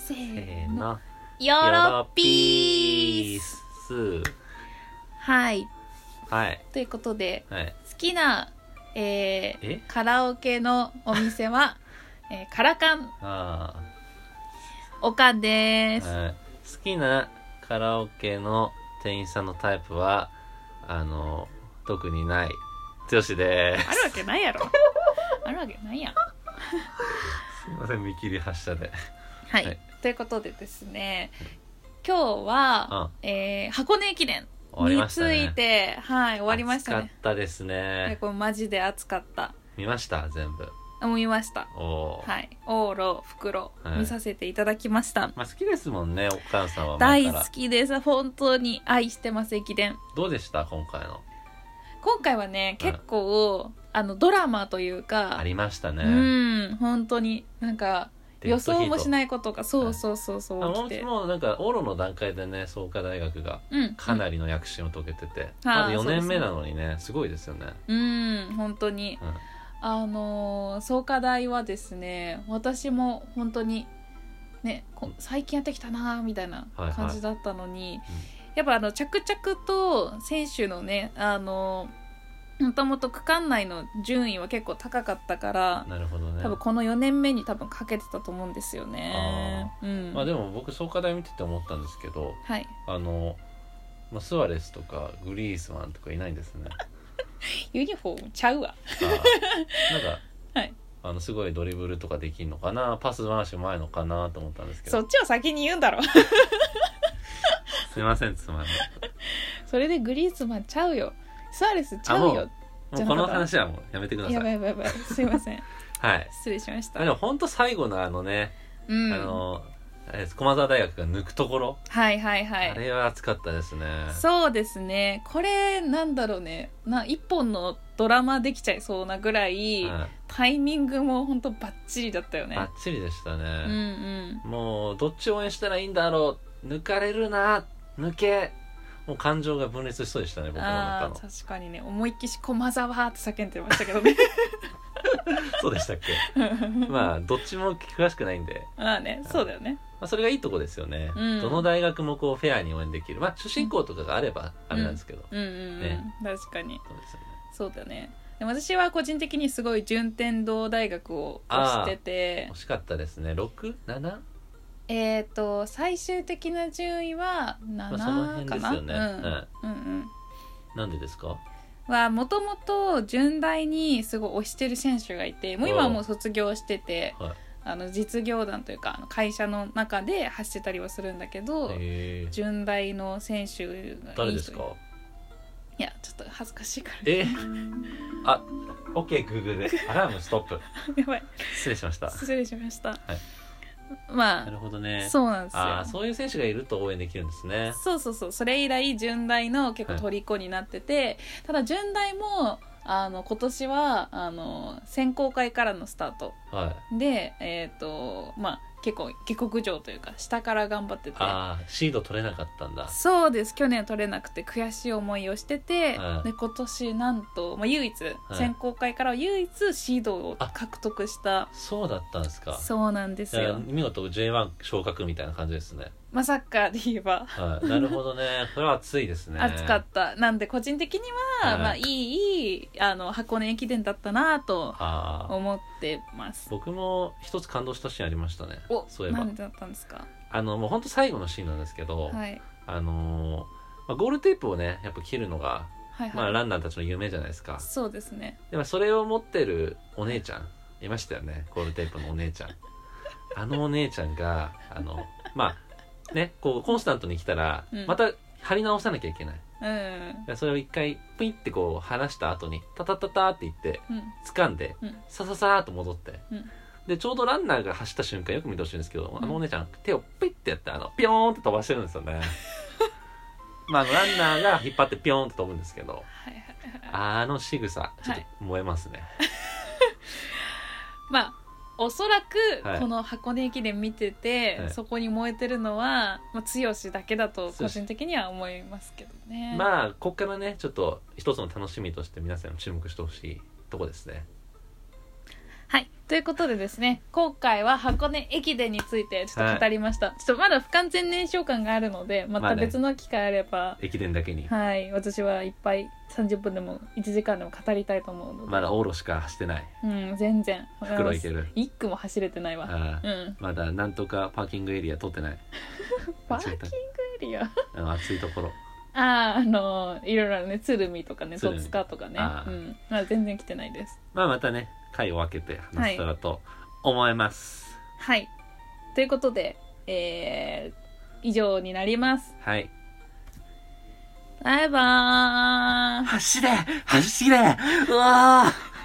せせーのーのヨロピースはいはい、 ということで、 はい、 好きな、カラオケのお店は、カラカンおかんです、 はい、好きなカラオケの店員さんのタイプは特にない剛です。 あるわけないやろあるわけないやんすいません、見切り発車ではい、ということでですね、今日は、箱根駅伝について、はい、終わりましたね。 暑かったですね。 これマジで暑かった。 見ました全部。 見ました。はい、往路袋、見させていただきました。 好きですもんね、お母さんは前から。大好きです。本当に愛してます駅伝。 どうでした今回はね、結構ドラマというかありましたね。 本当になんか予想もしないことがそう起きて、 もうなんか往路の段階でね、創価大学がかなりの躍進を遂げてて、まだ4年目なのにね、すごいですよね。 本当に、創価大はですね、私も本当にね、最近やってきたなみたいな感じだったのに、やっぱ着々と選手のね、もともと区間内の順位は結構高かったから、 なるほどね、 多分この4年目に多分かけてたと思うんですよね。 でも僕創価大見てて思ったんですけど、 はい、 スアレスとかグリースマンとかいないんですねユニフォームちゃうわなんか、 はい、 すごいドリブルとかできんのかな、パス回しうまいのかなと思ったんですけど、 そっちを先に言うんだろすいません、つまんない。 それでグリースマンちゃうよ、スアレスちゃうよ。 もうこの話はもうやめてください。 やばいすいませんはい、 失礼しました。 でも本当最後の駒澤大学が抜くところ、あれは熱かったですね。 そうですね、これなんだろうね、一本のドラマできちゃいそうなぐらい、タイミングも本当バッチリだったよね。 バッチリでしたね。もうどっち応援したらいいんだろう、抜かれるな、抜け、もう感情が分裂しそうでしたね、僕の中の。 確かにね、思いっきし駒澤って叫んでましたけどねそうでしたっけどっちも詳しくないんで、 そうだよね。 それがいいとこですよね。どの大学もこうフェアに応援できる、出身校とかがあればあれなんですけど、 確かにそうですよね。 そうだね。でも私は個人的にすごい順天堂大学を推してて、 惜しかったですね。6?7? 最終的な順位は7 その辺かな。 ですよね。なんでですか？ もともと順大にすごい推してる選手がいて、もう今はもう卒業してて、実業団というか会社の中で走ってたりはするんだけど、順大の選手がいい人。 誰ですか？ いや、ちょっと恥ずかしいから OK、 Google でアラームストップやばい、 失礼しました。なるほどね。 そうなんですよ。 そういう選手がいると応援できるんですね。 それ以来順大の結構虜になってて、ただ順大も今年は選考会からのスタート、で結構下克上というか下から頑張ってて、 シード取れなかったんだ。 そうです、去年取れなくて悔しい思いをしてて、で今年なんと、唯一、選考会から唯一シードを獲得した。 そうだったんですか。 そうなんですよ。 見事 J1 昇格みたいな感じですね。 サッカーで言えば、 なるほどね。それは熱いですね。 熱かった。なんで個人的には、いい箱根駅伝だったなと思ってます。 僕も一つ感動したシーンありましたね。そういえば。 何だったんですか？ もう本当最後のシーンなんですけど、ゴールテープをねやっぱ切るのが、ランナーたちの夢じゃないですか。そうですね。でもそれを持ってるお姉ちゃんいましたよね。ゴールテープのお姉ちゃんお姉ちゃんがこうコンスタントに来たら、また貼り直さなきゃいけない、それを一回プイってこう離した後にタタタタって言って、掴んで、サササーっと戻って、でちょうどランナーが走った瞬間よく見てほしいんですけど、お姉ちゃん手をピッてやってピヨーンって飛ばしてるんですよねランナーが引っ張ってピヨーンって飛ぶんですけど、仕草ちょっと燃えますね、 おそらくこの箱根駅伝見てて、そこに燃えてるのは剛だけだと個人的には思いますけどね。 こっからねちょっと一つの楽しみとして皆さん注目してほしいとこですね。 はい、ということでですね、今回は箱根駅伝についてちょっと語りました、はい、ちょっとまだ不完全燃焼感があるので、また別の機会あれば、 駅伝だけに、 はい、私はいっぱい30分でも1時間でも語りたいと思うので。 まだ往路しか走ってない。 うん、全然袋いける。 1区も走れてないわ。 うん、まだなんとかパーキングエリア通ってないパーキングエリア暑いところ、 いろいろね、鶴見とかね、戸塚とかね、まあ、全然来てないです。 まあまたね、回を分けて話せたらと思います。 はい、ということで、以上になります。 はい、 バイバーイ。 走れうわー